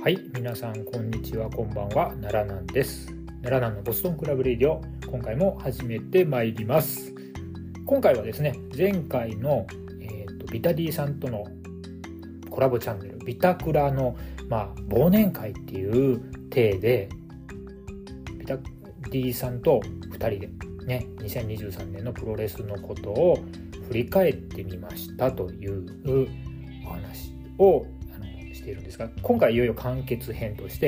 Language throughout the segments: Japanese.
はい、皆さんこんにちは、こんばんは。奈良南です。奈良南のボストンクラブレディオ、今回も始めてまいります。今回はですね、前回の、ビタディさんとのコラボチャンネル、ビタクラの、忘年会っていう体で、ビタディさんと2人でね、2023年のプロレスのことを振り返ってみましたというお話をしているんですが、今回いよいよ完結編として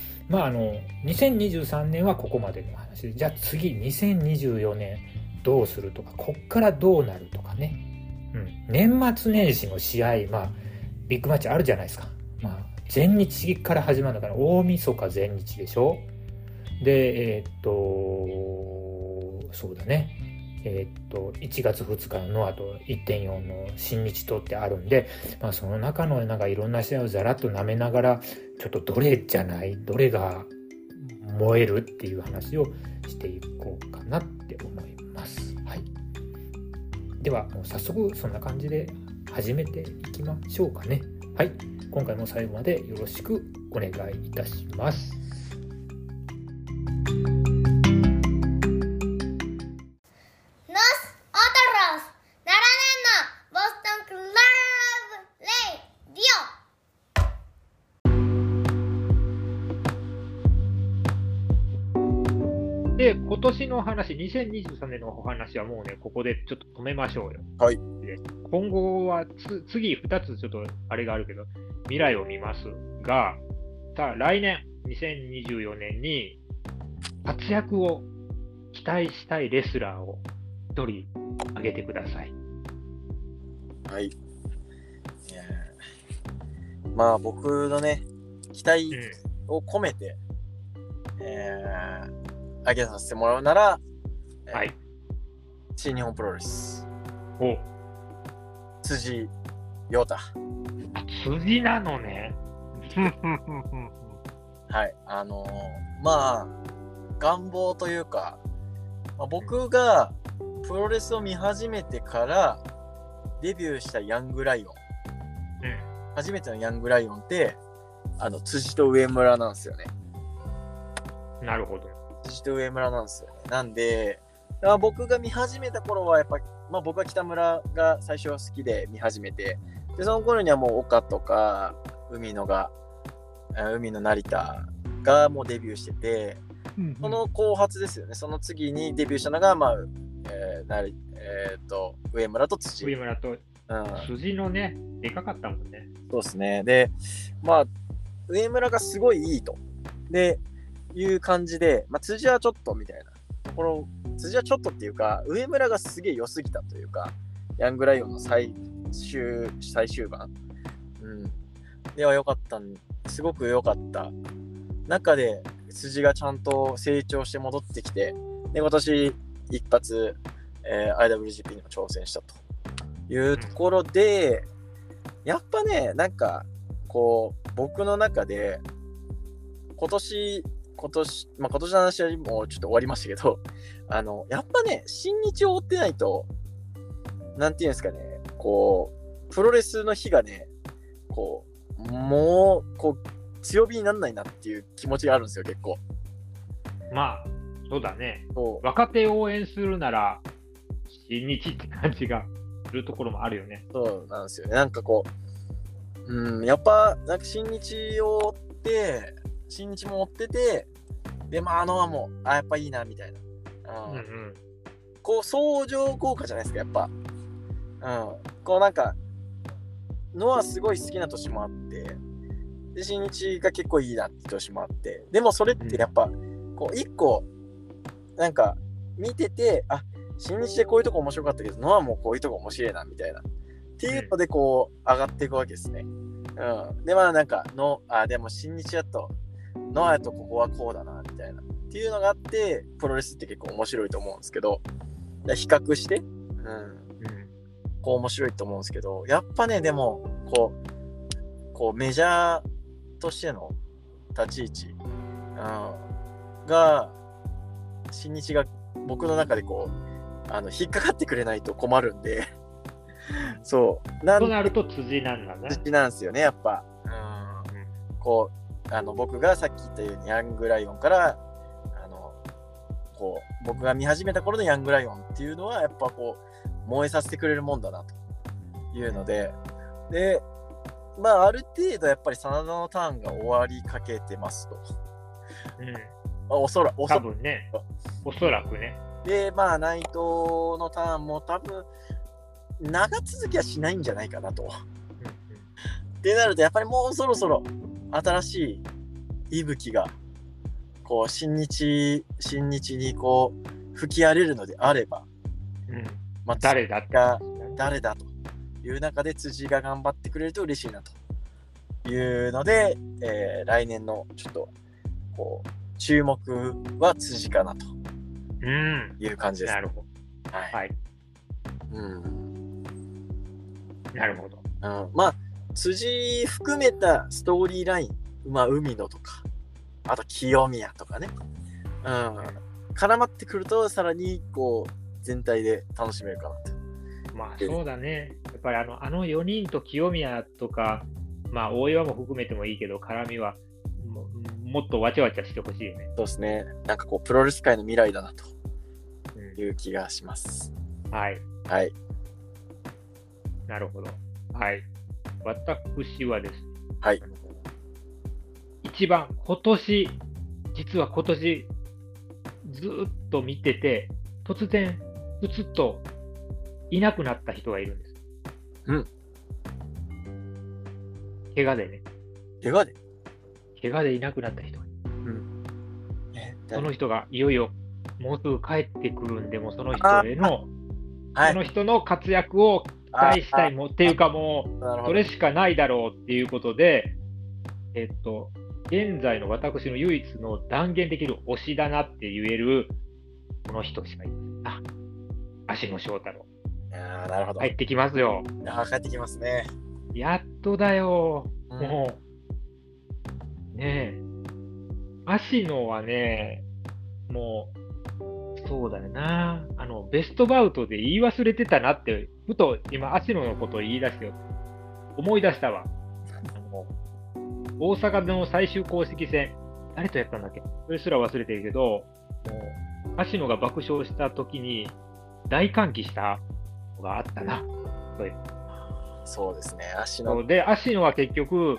、2023年はここまでの話で、じゃあ次2024年どうするとか、こっからどうなるとかね、年末年始の試合、ビッグマッチあるじゃないですか。前日から始まるのかな、大晦日前日でしょ。で、そうだね。1月2日のノアと 1.4 の新日とってあるんで、その中のいろんな試合をざらっと舐めながら、ちょっとどれが燃えるっていう話をしていこうかなって思います。はい。ではもう早速そんな感じで始めていきましょうかね。はい。今回も最後までよろしくお願いいたします。で、今年の話、2023年のお話はもうね、ここでちょっと止めましょうよ。 はい。 で今後は次2つちょっとあれがあるけど、未来を見ますが、さあ来年、2024年に活躍を期待したいレスラーを1人挙げてください。 はい。僕のね、期待を込めて、挙げさせてもらうなら、 はい。 新日本プロレス。 お、 辻陽太。 辻なのね。 はい。願望というか、僕がプロレスを見始めてからデビューしたヤングライオン。初めてのヤングライオンって、辻と上村なんですよね。 なるほど。 辻と上村なんですよね。なんで、僕が見始めた頃はやっぱ、僕は北村が最初は好きで見始めて、でその頃にはもう岡とか海野成田がもうデビューしてて、その後発ですよね。その次にデビューしたのが、上村と辻。 上村と辻のね、でかかったもんね。 そうですね。で、上村がすごいいいと。で、いう感じで、辻はちょっとみたいなところ、辻はちょっとっていうか、上村がすげえ良すぎたというか、ヤングライオンの最終盤、では良かった、すごく良かった中で、辻がちゃんと成長して戻ってきて、で今年一発、IWGP にも挑戦したというところで、やっぱね、僕の中で今年の話はもうちょっと終わりましたけど、やっぱね、新日を追ってないと、なんていうんですかね、プロレスの火がね、もう、強火にならないなっていう気持ちがあるんですよ、結構。 そうだね。若手を応援するなら、新日って感じがするところもあるよね。 そうなんですよね。やっぱ、新日を追って、新日も追ってて、で、ノアも、やっぱいいな、みたいな。相乗効果じゃないですか、やっぱ。ノアすごい好きな年もあって、で、新日が結構いいなって年もあって、でもそれってやっぱ、一個、見てて、新日でこういうとこ面白かったけど、ノアもこういうとこ面白いな、みたいな。っていうので、上がっていくわけですね。で、でも新日だと、ノアやとここはこうだなみたいなっていうのがあって、プロレスって結構面白いと思うんですけど、比較して、面白いと思うんですけど、やっぱね、でもメジャーとしての立ち位置、が新日が僕の中で引っかかってくれないと困るんでそうとなると辻なんだね。 辻なんですよね、やっぱ。 僕がさっき言ったようにヤングライオンからこう僕が見始めた頃のヤングライオンっていうのはやっぱこう燃えさせてくれるもんだなというので、まあある程度やっぱり真田のターンが終わりかけてますと。おそらく多分ね、おそらくね。 でまあ内藤のターンも多分長続きはしないんじゃないかなと。ってなるとやっぱりもうそろそろ新しい息吹がこう新日にこう吹き荒れるのであれば、 まあ、誰だという中で辻が頑張ってくれると嬉しいなというので、来年のちょっとこう注目は辻かなという感じです。 なるほど。はい。なるほど。 まあ辻含めたストーリーライン、まあ海野とか、あと清宮とかね、絡まってくるとさらにこう全体で楽しめるかなと。 まあそうだね。やっぱりあの4人と清宮とか、まあ大岩も含めてもいいけど、絡みはもっとわちゃわちゃしてほしいよね。 そうですね。なんかこうプロレス界の未来だなという気がします。 はい。なるほど。はい。私はですね。 はい。 一番実は今年ずっと見てて、突然ふつっといなくなった人がいるんです。怪我でね。怪我でいなくなった人がいる。その人がいよいよもうすぐ帰ってくるんで、もその人へのその人の活躍を期待したいもっていうか、もうそれしかないだろうっていうことで、現在の私の唯一の断言できる推しだなって言えるこの人しかいない。芦野翔太郎。 なるほど。 帰ってきますよ。 帰ってきますね。 やっとだよ。もうねえ、芦野はね、もうそうだよな。ベストバウトで言い忘れてたなって、ふと今芦野のことを言い出して思い出したわ。大阪の最終公式戦、誰とやったんだっけ？それすら忘れてるけど、もう芦野が爆笑した時に大歓喜したのがあったな。 そうですね。芦野で、芦野は結局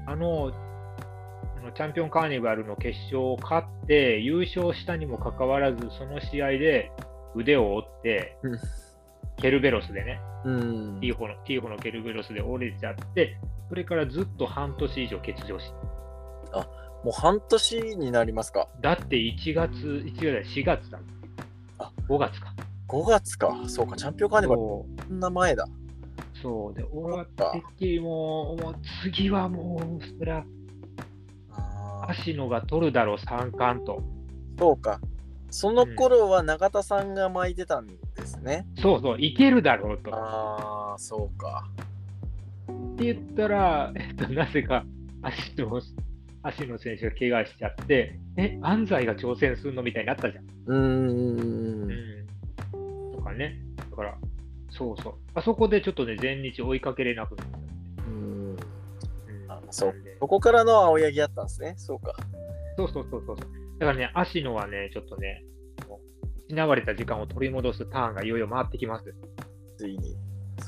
チャンピオンカーニバルの決勝を勝って優勝したにもかかわらず、その試合で腕を折って、ケルベロスでね、ティーホのケルベロスで折れちゃって、それからずっと半年以上欠場して。 もう半年になりますか。 だって4月だ。5月か。 5月か。そうか、チャンピオンカーニバル。こんな前だ。 そうで、俺はてっきりもう次はもう、そりゃ、芦野が取るだろう、3冠と。 そうか。その頃は永田さんが巻いてたんですね。 そうそう、いけるだろうと。 そうか。 って言ったら、なぜか芦野選手が怪我しちゃって、安西が挑戦するのみたいになったじゃん。とかね。だから、そう。あそこでちょっとね、全日追いかけれなくなった。 そこからの青柳だったんですね。そうか。 そう。だからね、芦野はね、ちょっとね、失われた時間を取り戻すターンがいよいよ回ってきます。 ついに。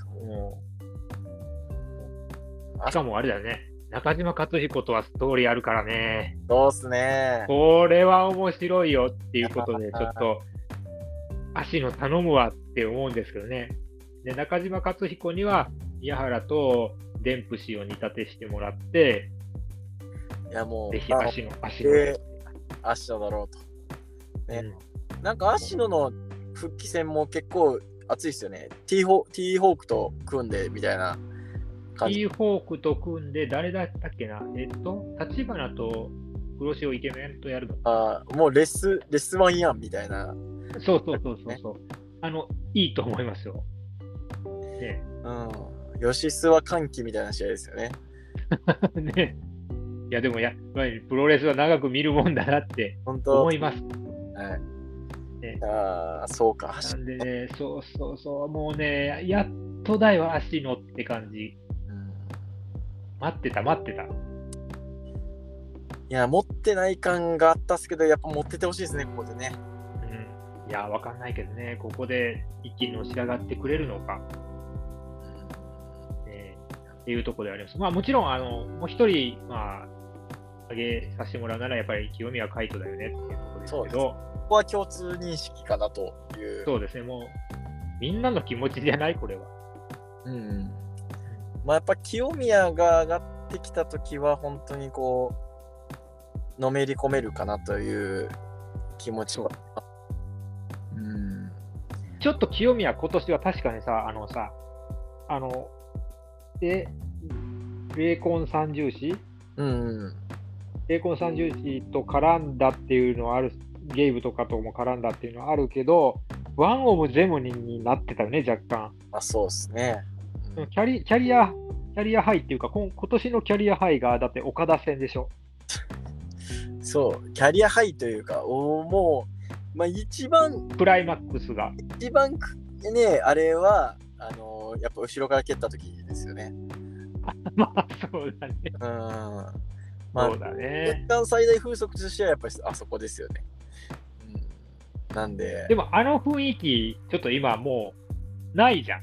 しかもあれだよね、中島克彦とはストーリーあるからね。 そうっすね。 これは面白いよっていうことで、ちょっと、芦野頼むわって思うんですけどね。で、中島克彦には、宮原とデンプシーを煮立てしてもらって、 いやもう、 ぜひ芦野だろうと。ね。なんか芦野の復帰戦も結構熱いですよね。ティーホークと組んでみたいな感じ。 ティーホークと組んで、誰だったっけな、立花と黒潮イケメンとやるの。 もうレスワンやんみたいな。 そう。いいと思いますよ。ね。 吉須は歓喜みたいな試合ですよね。 ね。いやでもやっぱりプロレスは長く見るもんだなって思います。 はい。 ね、 そうか。 なんでね、そう、もうね、やっとだよ、芦野って感じ。待ってた。 いや、持ってない感があったっすけど、やっぱ持っててほしいですね、ここでね。 うん。いや、わかんないけどね、ここで一気にのし上がってくれるのか、っていうところであります。まあ、もちろん、もう一人、まあ、挙げさせてもらうなら、やっぱり清宮海斗だよねっていうところですけど、 ここは共通認識かなという。 そうですね、もう、みんなの気持ちじゃない、これは。 まあ、やっぱ清宮が上がってきたときは、本当にこう、のめり込めるかなという気持ちは。 ちょっと清宮、今年は確かにさ、霊魂三重士霊魂三重士と絡んだっていうのはある、ゲイブとかとも絡んだっていうのはあるけど、ワンオブゼムになってたよね、若干。 そうですね。 キャリアハイっていうか、今年のキャリアハイが、だって岡田戦でしょ。 そう、キャリアハイというか、もう、まあ、一番クライマックスが。 一番ね、あれは、やっぱ後ろから蹴った時ですよね。 まあ、そうだね。 まあ、 そうだね。 月間最大風速としてはやっぱりあそこですよね。なんで。 でも、あの雰囲気、ちょっと今もう、ないじゃん。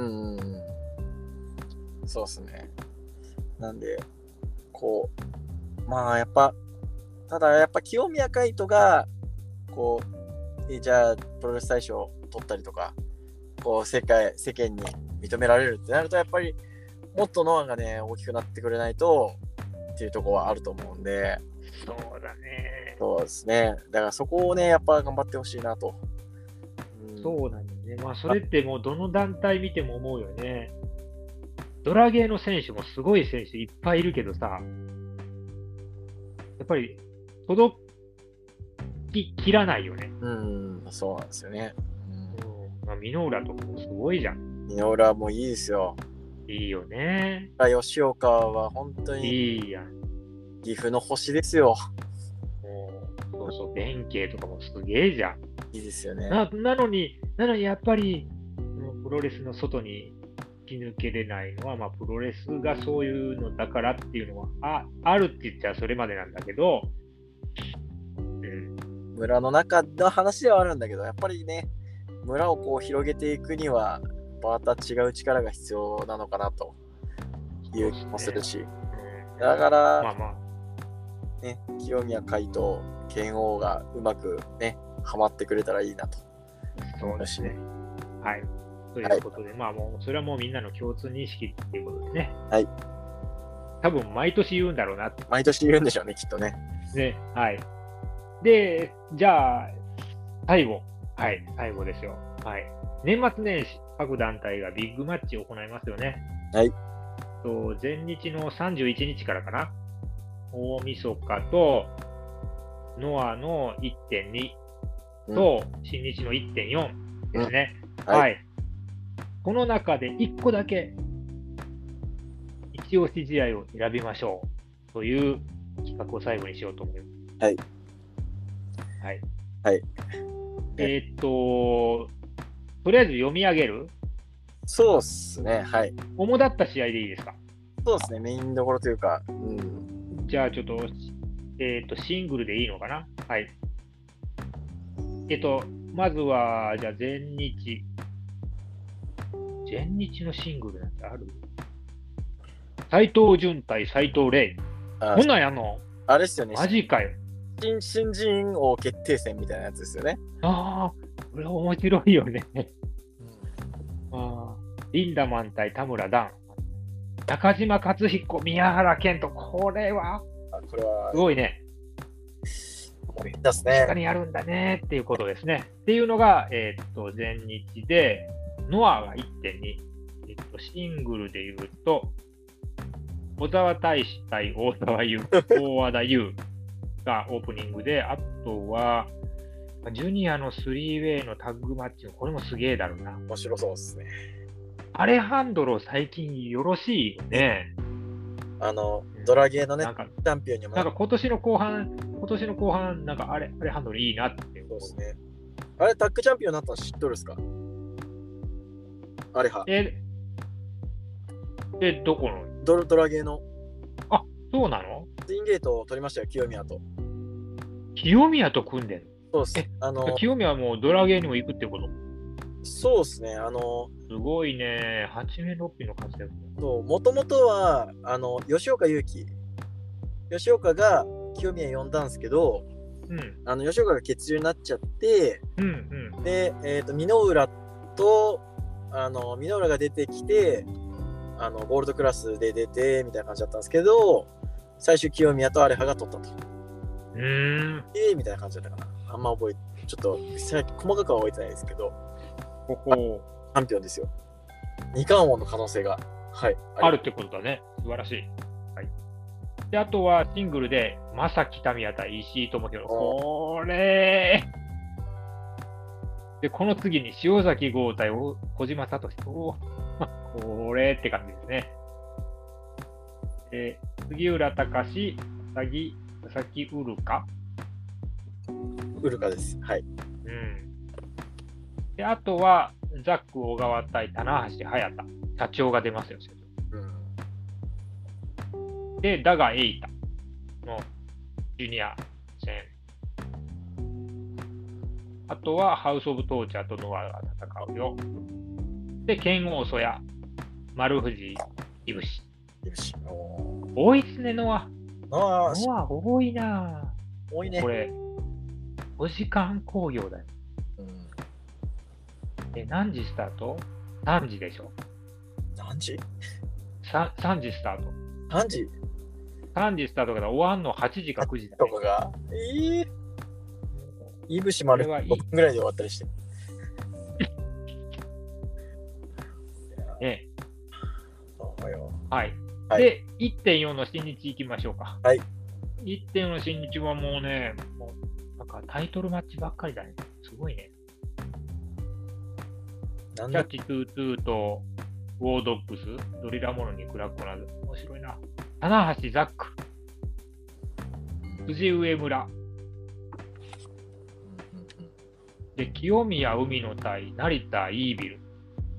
そうですね。なんで、こう、まあ、やっぱ、ただやっぱ清宮海斗が、こう、じゃあ、プロレス大賞取ったりとか、こう、世間に認められるってなると、やっぱり、もっとノアがね、大きくなってくれないと、っていうところはあると思うんで。 そうだね。 そうですね。だからそこをね、やっぱ頑張ってほしいなと。 そうなんですね。まあ、それってもうどの団体見ても思うよね。ドラゲーの選手もすごい選手いっぱいいるけどさ、やっぱり届ききらないよね。 そうなんですよね。 まあ、ミノーラとかもすごいじゃん。 ミノーラもいいですよ。 いいよね。 吉岡は本当にいいやん。 岐阜の星ですよ。 そうそう、弁慶とかもすげえじゃん。 いいですよね。 なのにやっぱり、プロレスの外に引き抜けれないのは、まあ、プロレスがそういうのだからっていうのはあるって言っちゃそれまでなんだけど、 村の中の話ではあるんだけど、やっぱりね、村をこう広げていくには、また違う力が必要なのかなという気もするし、だから、ね、清宮海斗、剣王がうまくね、ハマってくれたらいいなと。 そうですね。はい。ということで、まあもう、それはもうみんなの共通認識っていうことですね。 はい。 多分、毎年言うんだろうなって。 毎年言うんでしょうね、きっとね。 ね、はい。で、じゃあ、最後ですよ。はい。年末年始、各団体がビッグマッチを行いますよね。 はい。 前日の31日からかな。大晦日と、ノアの 1.2 と、新日の 1.4 ですね。はい。この中で1個だけ、一押し試合を選びましょうという企画を最後にしようと思います。 はい。 はい。 はい。 とりあえず読み上げる？ そうっすね。はい。 主だった試合でいいですか？ そうですね。メインどころというか。 じゃあちょっと、シングルでいいのかな？はい。まずは、じゃあ前日のシングルなんてある？斎藤潤対斎藤麗。こんなんやんの？ あれっすよね。 マジかよ。 新人王決定戦みたいなやつですよね。 ああ、これ面白いよね。リンダマン対田村ダン。中島克彦、宮原健人。これはすごいね。 ですね。 確かにやるんだねっていうことですね。っていうのが、前日で、ノアが 1.2。シングルで言うと、小沢大志対大和田優がオープニングで、あとは、ジュニアのスリーウェイのタッグマッチ、これもすげえだろうな。 面白そうですね。 アレハンドロ最近よろしいよね。 ドラゲーのね、チャンピオンにもなんか今年の後半、なんかアレハンドロいいなって。 そうですね。あれ、タッグチャンピオンになったの知っとるっすか？アレハ。 どこの？ ドラゲーの。 あ、そうなの？ ツインゲートを取りましたよ、清宮と。 清宮と組んでる。 そうっす。 清宮はもうドラゲーにも行くってこと？ そうっすね。 すごいね。8年6品の活躍。 もともとは、吉岡優希。吉岡が清宮呼んだんですけど、吉岡が欠場になっちゃって、で、箕浦と、箕浦が出てきて、ゴールドクラスで出て、みたいな感じだったんですけど、最終清宮とアレハが取ったと。みたいな感じだったかな。あんま覚えて、ちょっと、細かくは覚えてないですけど、チャンピオンですよ。二冠王の可能性が、はい、 あるってことだね。素晴らしい。はい。で、あとはシングルで、正木民也対石井智弘。これで、この次に塩崎豪対小島聡。これって感じですね。杉浦隆、佐々木ウルカ。 ウルカです。はい。 で、あとは、ザック小川対棚橋隼人。社長が出ますよ、で、だがエイタのジュニア戦。あとは、ハウス・オブ・トーチャーとノアが戦うよ。で、剣王曽谷、丸藤、いぶし。多いっすね、ノア。ノア多いな。 多いね。 これ、5時間興行だよ。で、何時スタート？ 3 時でしょ。 何時 3 時スタート。 3時 ?3 時スタートから終わんの8時か9時だ、ね。 とかが。いぶし丸5分ぐらいで終わったりして。 ね。 はい。 で、1.4 の新日行きましょうか。 はい。 1.4 の新日はもうね、なんかタイトルマッチばっかりだね。すごいね。キャッチトゥートゥーとウォードックス、ドリラモノにクラッコナズ。面白いな。棚橋ザック、藤上村。で、清宮海野対成田イービル。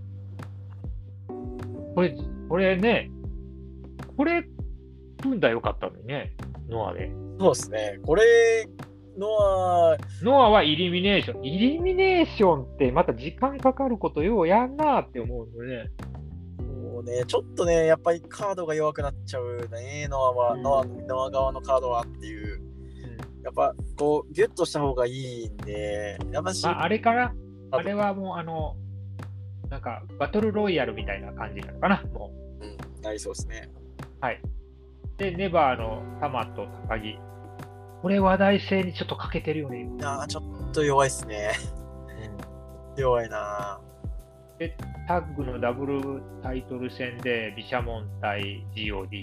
これね、これ、組んだらよかったのにね、ノアで。 そうですね。これ、ノアはイリミネーション。イリミネーションってまた時間かかることようやんなって思うのね。 もうね、ちょっとね、やっぱりカードが弱くなっちゃうね、ノアは、ノア側のカードはっていう。やっぱ、こう、ギュッとした方がいいんで、やっぱあれからあれはもうなんか、バトルロイヤルみたいな感じなのかな、もう。なりそうですね。 はい。で、ネバーの玉と高木。これ話題性にちょっと欠けてるよね。 ちょっと弱いっすね。弱いな。 で、タッグのダブルタイトル戦で、ビシャモン対 GOD。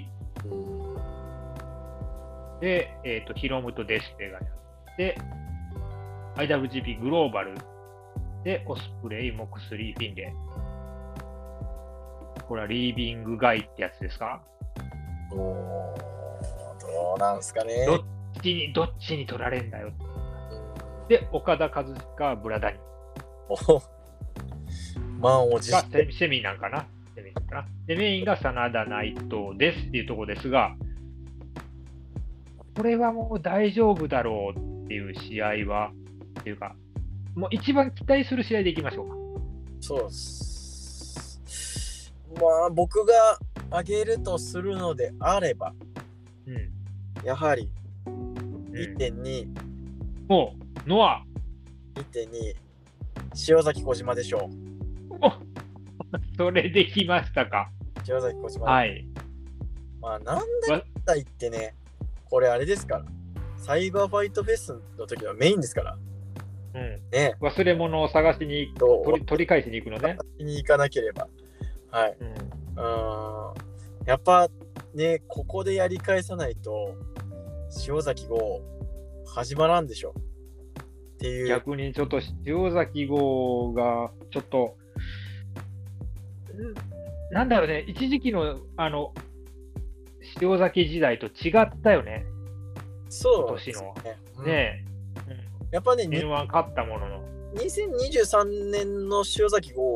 で、ヒロムとデスペがやって、IWGP グローバルで、オスプレイ、モクスリー、フィンレイ。これはリービングガイってやつですか？ どうなんすかね。 どっちに取られんだよ。で、岡田和親、ブラダニ。 満を持して。セミなんかな。で、メインが真田内藤ですっていうところですが、これはもう大丈夫だろうっていう試合は、っていうか、もう一番期待する試合でいきましょうか。 そうです。僕が挙げるとするのであれば、やはり、1.2、 もう、ノア 1.2、塩崎小島でしょう。 それできましたか。 塩崎小島。 はい。 なんだ言ってね、これあれですから。サイバーファイトフェスの時のメインですから。 ね、忘れ物を探しに取り返しに行くのね。 に行かなければ。はい。やっぱね、ここでやり返さないと、塩崎号始まらんでしょっていう。 逆にちょっと塩崎号がちょっとなんだろうね、一時期の塩崎時代と違ったよね。 そうですね。ねやっぱね、 N1 勝ったものの。 2023年の塩崎号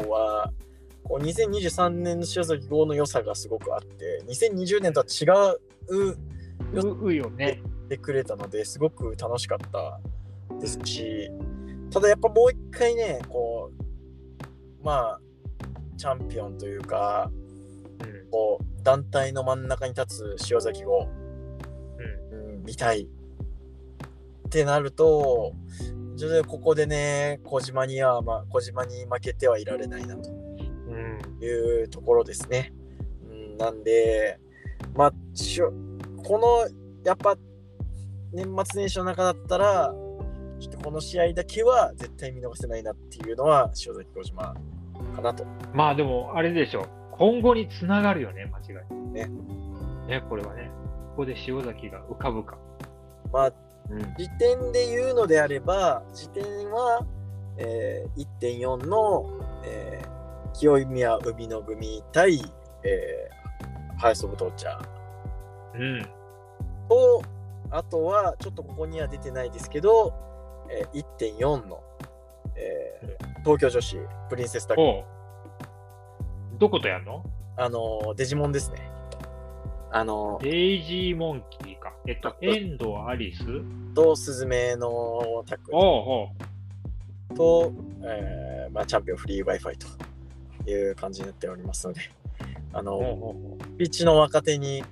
は、2023年の塩崎号の良さがすごくあって、2020年とは違ううよね。 てくれたのですごく楽しかったですし、ただやっぱもう一回ね、こうまあチャンピオンというか、こう団体の真ん中に立つ塩崎を、見たいってなると、ここでね小島に負けてはいられないなというところですね。なんでまあこのやっぱ年末年始の中だったらちょっとこの試合だけは絶対見逃せないなっていうのは塩崎小島かなと。 まあでもあれでしょう、今後につながるよね、間違いね。これはね、ここで塩崎が浮かぶか。 まあ、時点で言うのであれば、時点は、1.4 の、清宮海の組対、ハイスオブトーチャー、と、あとはちょっとここには出てないですけど、1.4 の、東京女子プリンセスタッグ。 どことやんの？ デジモンですね。 デイジーモンキーか。遠藤アリスとスズメのタッグと、チャンピオンフリー Wi-Fi という感じになっておりますので、ピッチの若手に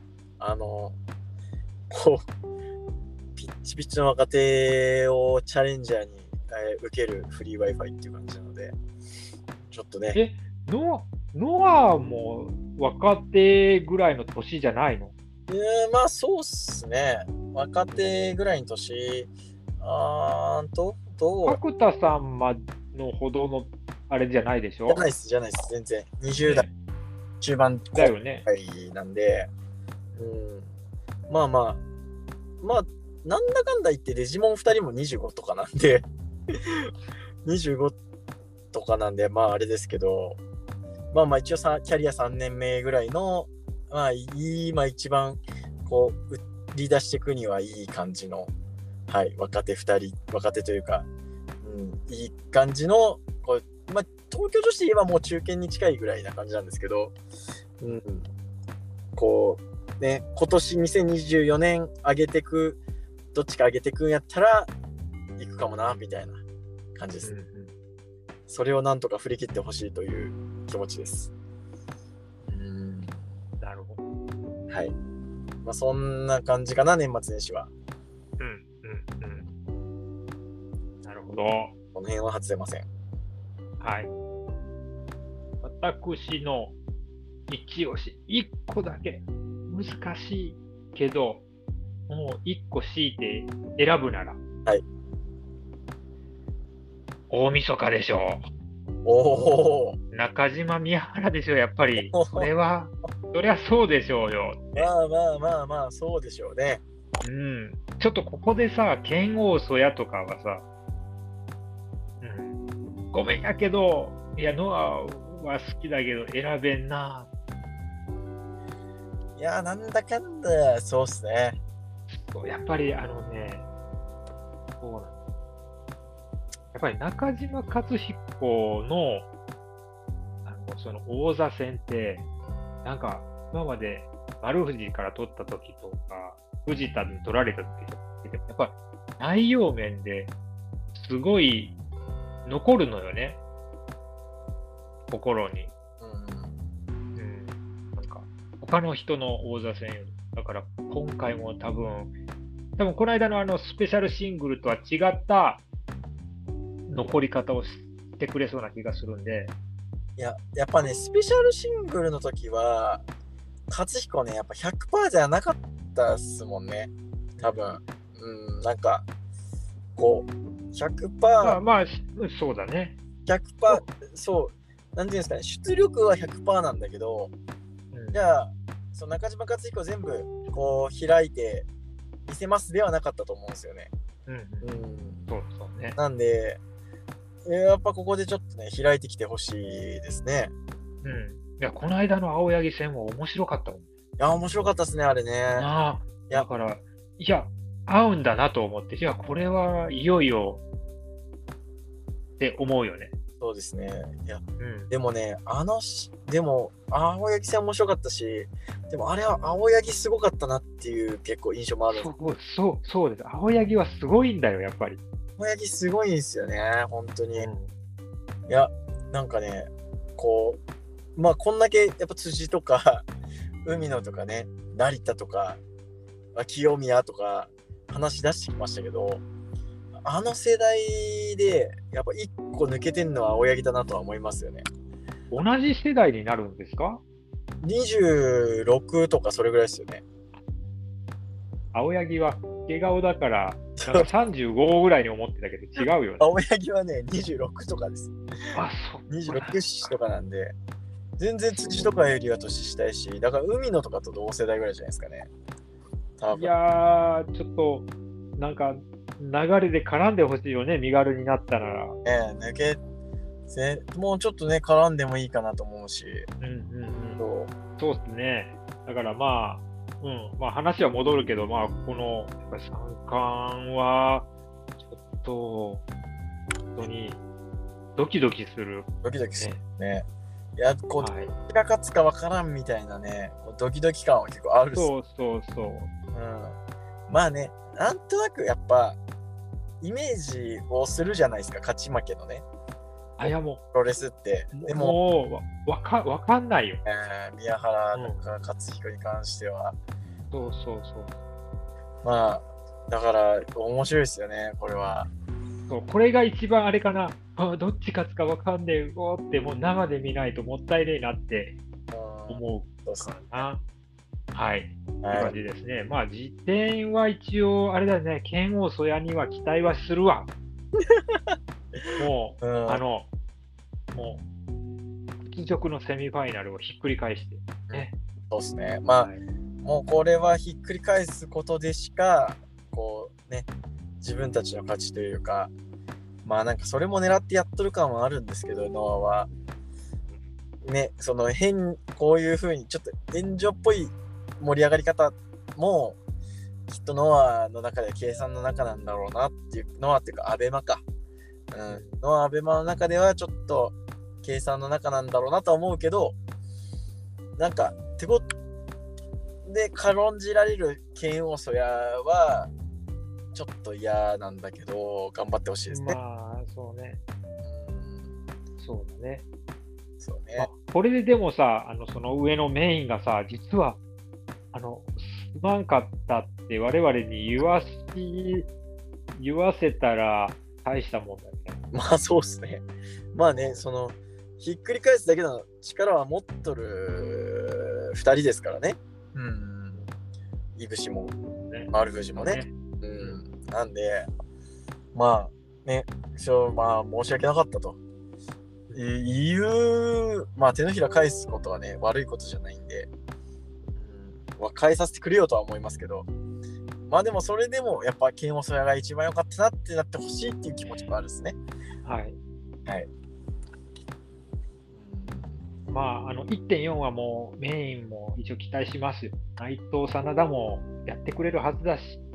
こうピッチの若手をチャレンジャーに、受けるフリー Wi-Fi っていう感じなので、ちょっとね。 ノアも若手ぐらいの年じゃないの？ まあそうっすね。若手ぐらいの年。 角田さんのほどのあれじゃないでしょ？ じゃないです。全然。20代、中盤だよね。 なんで、まあ、なんだかんだ言ってデジモン2人も25とかなんで、25とかなんで、まああれですけど、まあ一応キャリア3年目ぐらいの、今一番こう売り出していくにはいい感じの、若手というか、いい感じの東京女子で言えばもう中堅に近いぐらいな感じなんですけど、こうね、今年2024年どっちか上げてくんやったら行くかもなみたいな感じですね。それをなんとか振り切ってほしいという気持ちです。 なるほど。 はい。そんな感じかな、年末年始は。 なるほど。 この辺は外せません。 はい。私の一押し、1個だけ難しいけど、もう1個強いて選ぶなら、大晦日でしょう。中島宮原でしょう、やっぱり。そりゃそうでしょうよ。 まあ、そうでしょうね。 ちょっとここでさ、剣王曽谷とかはさ、ごめんやけど、ノアは好きだけど選べんな。 なんだかんだ、そうっすね。 やっぱりそうなんやっぱり中島克彦のその王座戦ってなんか今まで丸藤から取った時とか藤田に取られた時とかやっぱ内容面ですごい残るのよね、心に。なんか他の人の王座戦より。だから今回も多分この間のスペシャルシングルとは違った残り方をしてくれそうな気がするんで。 やっぱね、スペシャルシングルの時は克彦ね、やっぱ 100% じゃなかったっすもんね、多分。なんかこう 100%、 まあそうだね。 100%、そうなんていうんですかね、出力は 100% なんだけど、じゃあ中島克彦全部こう開いて見せますではなかったと思うんですよね。 そうね。 なんでやっぱここでちょっとね開いてきてほしいですね。 いや、この間の青柳戦も面白かったもん。 いや、面白かったですね、あれね。 だから、合うんだなと思って、これはいよいよって思うよね。 そうですね。いや、 うん。 でもね、でも、青柳戦面白かったし、でもあれは青柳すごかったなっていう結構印象もあるんです。 そうです。青柳はすごいんだよ、やっぱり。 青柳すごいんですよね、本当に。いうん。 や、なんかね、こまあこんだけやっぱ辻とか海野とかね、成田とか清宮とか話し出してきましたけど、あの世代でやっぱ一個抜けてんのは青柳だなとは思いますよね。 同じ世代になるんですか？ 26とかそれぐらいですよね。 青柳は老け顔だから、なんか35ぐらいに思ってたけど違うよね。 青柳はね、26とかです。 あ、そう。 26とかなんで、全然辻とかよりは年下やし、だから海野とかと同世代ぐらいじゃないですかね。多分。 いやー、ちょっと、なんか、流れで絡んでほしいよね、身軽になったなら。 もうちょっとね、絡んでもいいかなと思うし。 うんうんうん。 そそうですね。だからまあ、まあ話は戻るけど、まあ、このやっぱり三冠は、ちょっと、本当にドキドキする。 ドキドキするね。 ね。いや、どっちが勝つかわからんみたいなね、ドキドキ感は結構あるっす。 そうそうそう。 まあね、なんとなくやっぱ、イメージをするじゃないですか、勝ち負けのね。 いやもう、 プロレスって。でも、 もうわかんないよ。 宮原克彦に関しては。 そうそうそう。 まあ、だから面白いですよね、これは。 そう、これが一番あれかな。どっち勝つかわかんねえ。ってもう生で見ないともったいねえなって思うかな。はい。という感じですね。まあ、辞典は一応、あれだね、剣王曽谷には期待はするわ。もう、もう、屈辱のセミファイナルをひっくり返して、ね。 そうですね。まあ、もうこれはひっくり返すことでしか、こうね、自分たちの勝ちというか、まあなんかそれも狙ってやっとる感はあるんですけど、ノアは。ね、そのこういう風にちょっと援助っぽい盛り上がり方も、きっとノアの中では計算の中なんだろうなっていう、ノアっていうかアベマか。ノアアベマの中ではちょっと計算の中なんだろうなと思うけど、なんか、てことで軽んじられる剣王曽谷は、ちょっと嫌なんだけど、頑張ってほしいですね。 まあ、そうね。そうだね。 そうね。 これででもさ、その上のメインがさ、実は、すまんかったって我々に言わせたら大したもんだよね。 まあそうっすね。まあね、ひっくり返すだけの力は持っとる2人ですからね。いぶしも、丸藤もね。なんで、まあね、まあ申し訳なかったと。まあ手のひら返すことはね、悪いことじゃないんで、返させてくれよとは思いますけど、まあでもそれでもやっぱ剣王曽谷が一番良かったなってなってほしいっていう気持ちもあるですね。 はい。 はい。 まあ、1.4 はもうメインも一応期待しますよ。内藤、真田もやってくれるはずだし。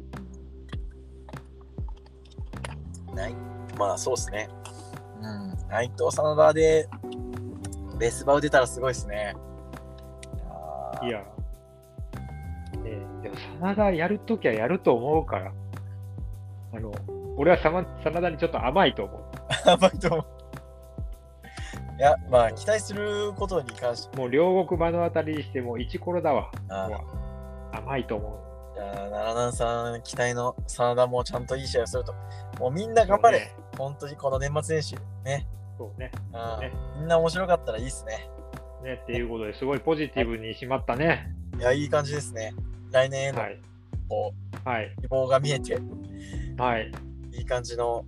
まあそうですね。内藤、真田でベースバウ出たらすごいですね。 いや、でも真田やるときはやると思うから、俺は真田にちょっと甘いと思う。 甘いと思う。いや、まあ期待することに関してもう両国目の当たりにしても一コロだわ。甘いと思う。 じゃあ奈良南さん期待の真田もちゃんといい試合をすると、もうみんな頑張れ、ね、本当にこの年末年始ね。 そうね。 みんな面白かったらいいですね。 ね、っていうことですごいポジティブにしまったね。 いや、いい感じですね。来年への、希望が見えて、いい感じの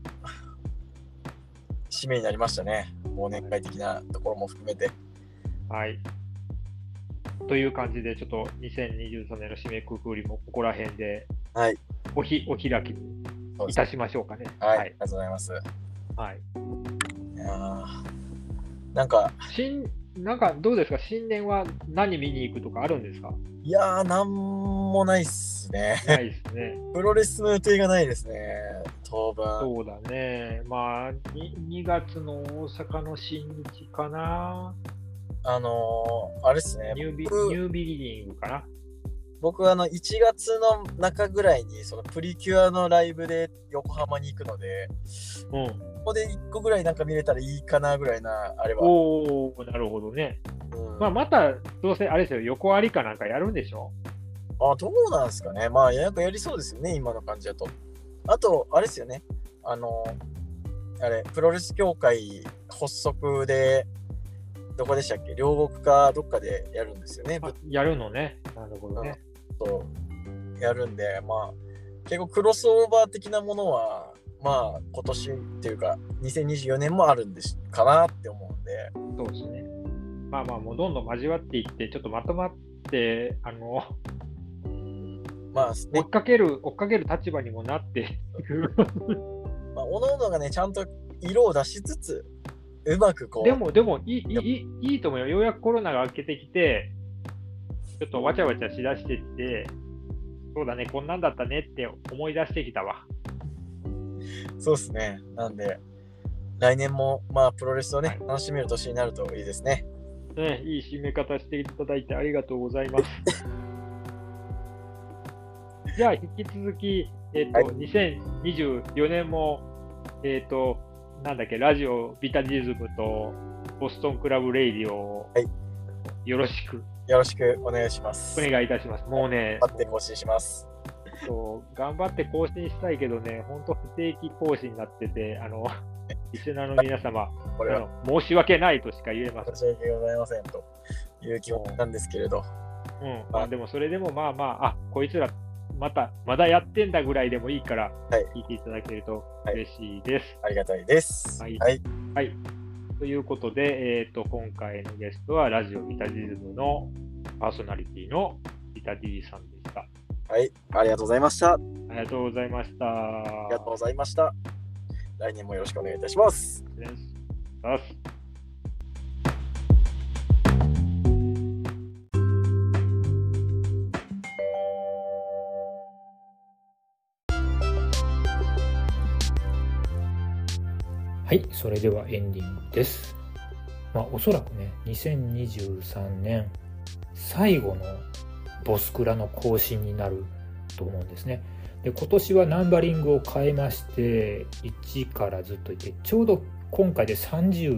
締めになりましたね。忘年会的なところも含めて。 はい。という感じで、ちょっと2023年の締めくくりもここら辺で、お開きにいたしましょうかね。 はい、ありがとうございます。 はい。 いやなんか、 なんかどうですか、新年は何見に行くとかあるんですか？ いやー、なんもないっすね。 ないですね。 プロレスの予定がないですね、当分。 そうだね。まあ、2月の大阪の新日かな。 あれっすね、 ニュービギニングかな。 僕1月の中ぐらいにそのプリキュアのライブで横浜に行くので、 うん。 ここで1個ぐらいなんか見れたらいいかなぐらいな、あれは。 おお、なるほどね。 うん、 まあ、また、どうせあれですよ、横ありかなんかやるんでしょ？ どうなんですかね。まあ、なんかやりそうですよね、今の感じだと。あと、あれですよね。あれ、プロレス協会発足で、どこでしたっけ、両国かどっかでやるんですよね。 やるのね。なるほどね。 やるんで、まあ、結構クロスオーバー的なものは、まあ、今年っていうか、2024年もあるんですかなって思うんで。 そうですね。まあまあ、もうどんどん交わっていって、ちょっとまとまって、 まあ、 追っかける立場にもなっていく。 まあ、おのおのがね、ちゃんと色を出しつつ、うまくこう。 でもいいと思うよ。ようやくコロナが明けてきて、ちょっとわちゃわちゃしだしてきて、そうだね、こんなんだったねって思い出してきたわ。 そうですね。なんで、来年も、まあ、プロレスをね、 はい、 楽しめる年になるといいですね。 ね、いい締め方していただいてありがとうございます。じゃあ、引き続き、 はい、 2024年も、なんだっけ、ラジオビタディズムとボストンクラブレイディオをよろしく、 よろしくお願いします。 お願いいたします。もうね、 頑張って更新します。 頑張って更新したいけどね、本当不定期更新になってて、リスナーの皆様、 これは申し訳ないとしか言えません。 申し訳ございませんという気持ちなんですけれど。 まあでもそれでもまあまあ、こいつらまだやってんだぐらいでもいいから、聞いていただけると嬉しいです。 ありがたいです。 はい。ということで、今回のゲストはラジオビタディズムのパーソナリティのビタディさんでした。 はい、ありがとうございました。 ありがとうございました。 ありがとうございました。来年もよろしくお願いいたします。 はい、それではエンディングです。おそらくね、2023年最後のボスクラの更新になると思うんですね。で、今年はナンバリングを変えまして、1からずっといて、ちょうど今回で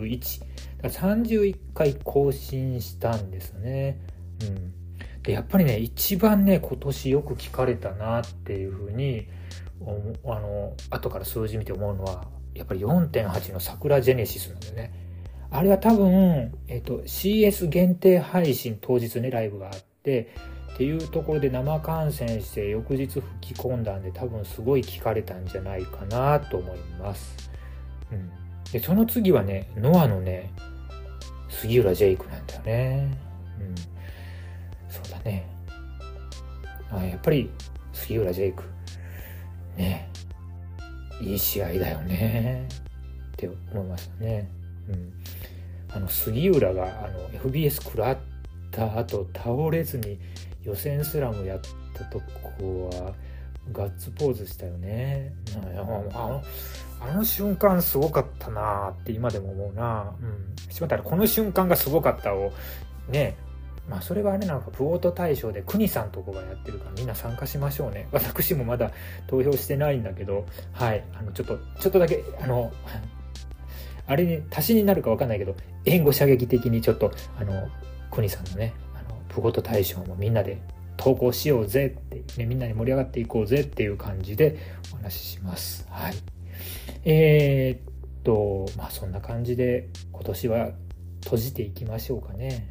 31回更新したんですね。で、やっぱりね、一番ね、今年よく聞かれたなっていうふうに、後から数字見て思うのは、やっぱり 4.8 の桜ジェネシスなんだよね。あれは多分、CS 限定配信当日ね、ライブがあってっていうところで生観戦して翌日吹き込んだんで、多分すごい聞かれたんじゃないかなと思います。で、その次はね、ノアのね、杉浦ジェイクなんだよね。そうだね。やっぱり杉浦ジェイクね、いい試合だよねって思いましたね。杉浦がFBS 食らった後倒れずに予選スラムやったとこはガッツポーズしたよね。あの瞬間すごかったなって今でも思うな。しまったらこの瞬間がすごかったをね、それはあれなんかプオート大賞で国さんとこがやってるからみんな参加しましょうね。私もまだ投票してないんだけど、はい、ちょっとだけあれに足しになるか分かんないけど、援護射撃的にちょっと国さんのね、プゴト大賞もみんなで投稿しようぜってね、みんなに盛り上がっていこうぜっていう感じでお話しします。はい。そんな感じで今年は閉じていきましょうかね。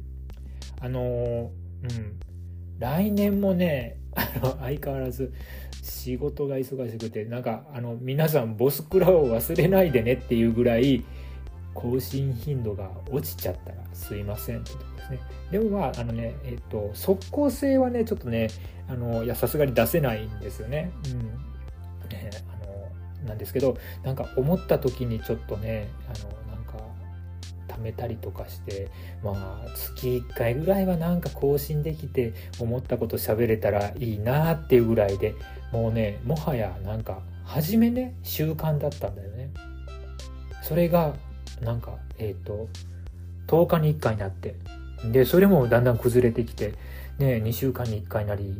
来年もね、相変わらず仕事が忙しくて、なんか皆さんボスクラを忘れないでねっていうぐらい更新頻度が落ちちゃったらすいませんってとこですね。でも即効性はねちょっとねさすがに出せないんですよね。なんですけど、なんか思った時にちょっとねなんか貯めたりとかして、まあ月1回ぐらいはなんか更新できて思ったこと喋れたらいいなっていうぐらいで、もうね、もはやなんか初めね習慣だったんだよね。それがなんか10日に1回になって、でそれもだんだん崩れてきてね、2週間に1回になり、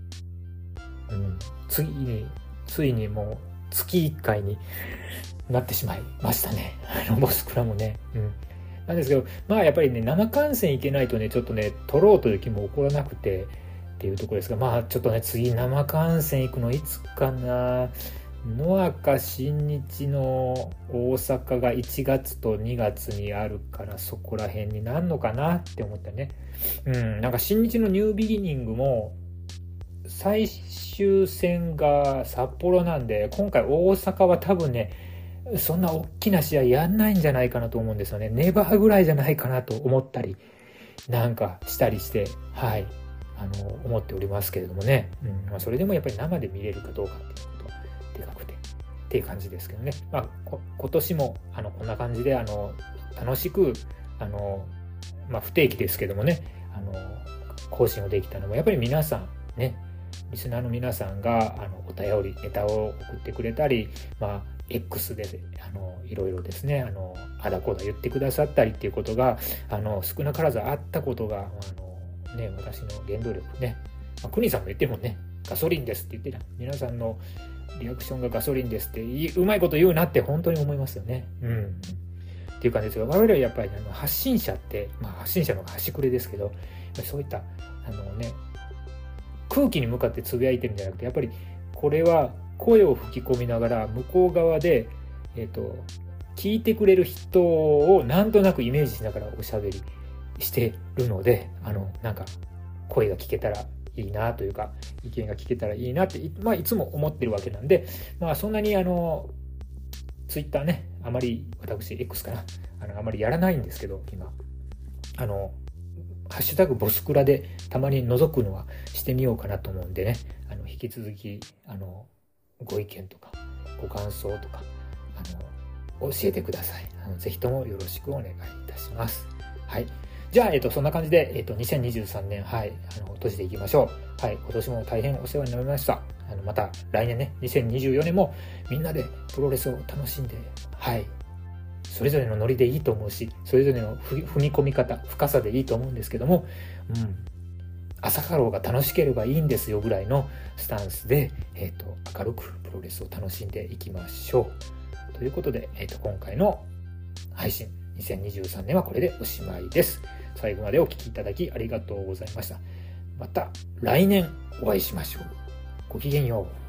ついにもう月1回になってしまいましたね、ボスクラもね。なんですけど、まあやっぱりね、生観戦いけないとね、ちょっとね撮ろうという気も起こらなくてっていうところですが、まあちょっとね、次生観戦行くのいつかな。ノアか新日の大阪が1月と2月にあるから、そこら辺になるのかなって思ったね。なんか新日のニュービギニングも最終戦が札幌なんで、今回大阪は多分ね、そんな大きな試合やんないんじゃないかなと思うんですよね。ネバーぐらいじゃないかなと思ったりなんかしたりして、思っておりますけれどもね。それでもやっぱり生で見れるかどうかっていうことはでかくてっていう感じですけどね。今年もこんな感じで楽しく不定期ですけどもね、更新をできたのもやっぱり皆さんね、リスナーの皆さんがお便りネタを送ってくれたり、X でいろいろですね、あだこだ言ってくださったりっていうことが少なからずあったことが私の原動力ね。国さんも言ってるもんね、ガソリンですって言ってた。皆さんのリアクションがガソリンですってうまいこと言うなって本当に思いますよね。っていう感じですが、我々はやっぱり発信者って、発信者の端くれですけど、そういった空気に向かってつぶやいてるんじゃなくて、やっぱりこれは声を吹き込みながら向こう側で、聞いてくれる人をなんとなくイメージしながらおしゃべりしてるので、なんか声が聞けたらいいなというか、意見が聞けたらいいなって、いつも思ってるわけなんで、そんなにツイッターね、あまり私 X かな、あまりやらないんですけど、今ハッシュタグボスクラでたまに覗くのはしてみようかなと思うんでね、引き続きご意見とかご感想とか教えてください。ぜひともよろしくお願いいたします。はい。じゃあ、そんな感じで、2023年、閉じていきましょう。今年も大変お世話になりました。また来年ね、2024年もみんなでプロレスを楽しんで、それぞれのノリでいいと思うし、それぞれの踏み込み方、深さでいいと思うんですけども、朝かろうが楽しければいいんですよぐらいのスタンスで、明るくプロレスを楽しんでいきましょう。ということで、今回の配信、2023年はこれでおしまいです。最後までお聞きいただきありがとうございました。また来年お会いしましょう。ごきげんよう。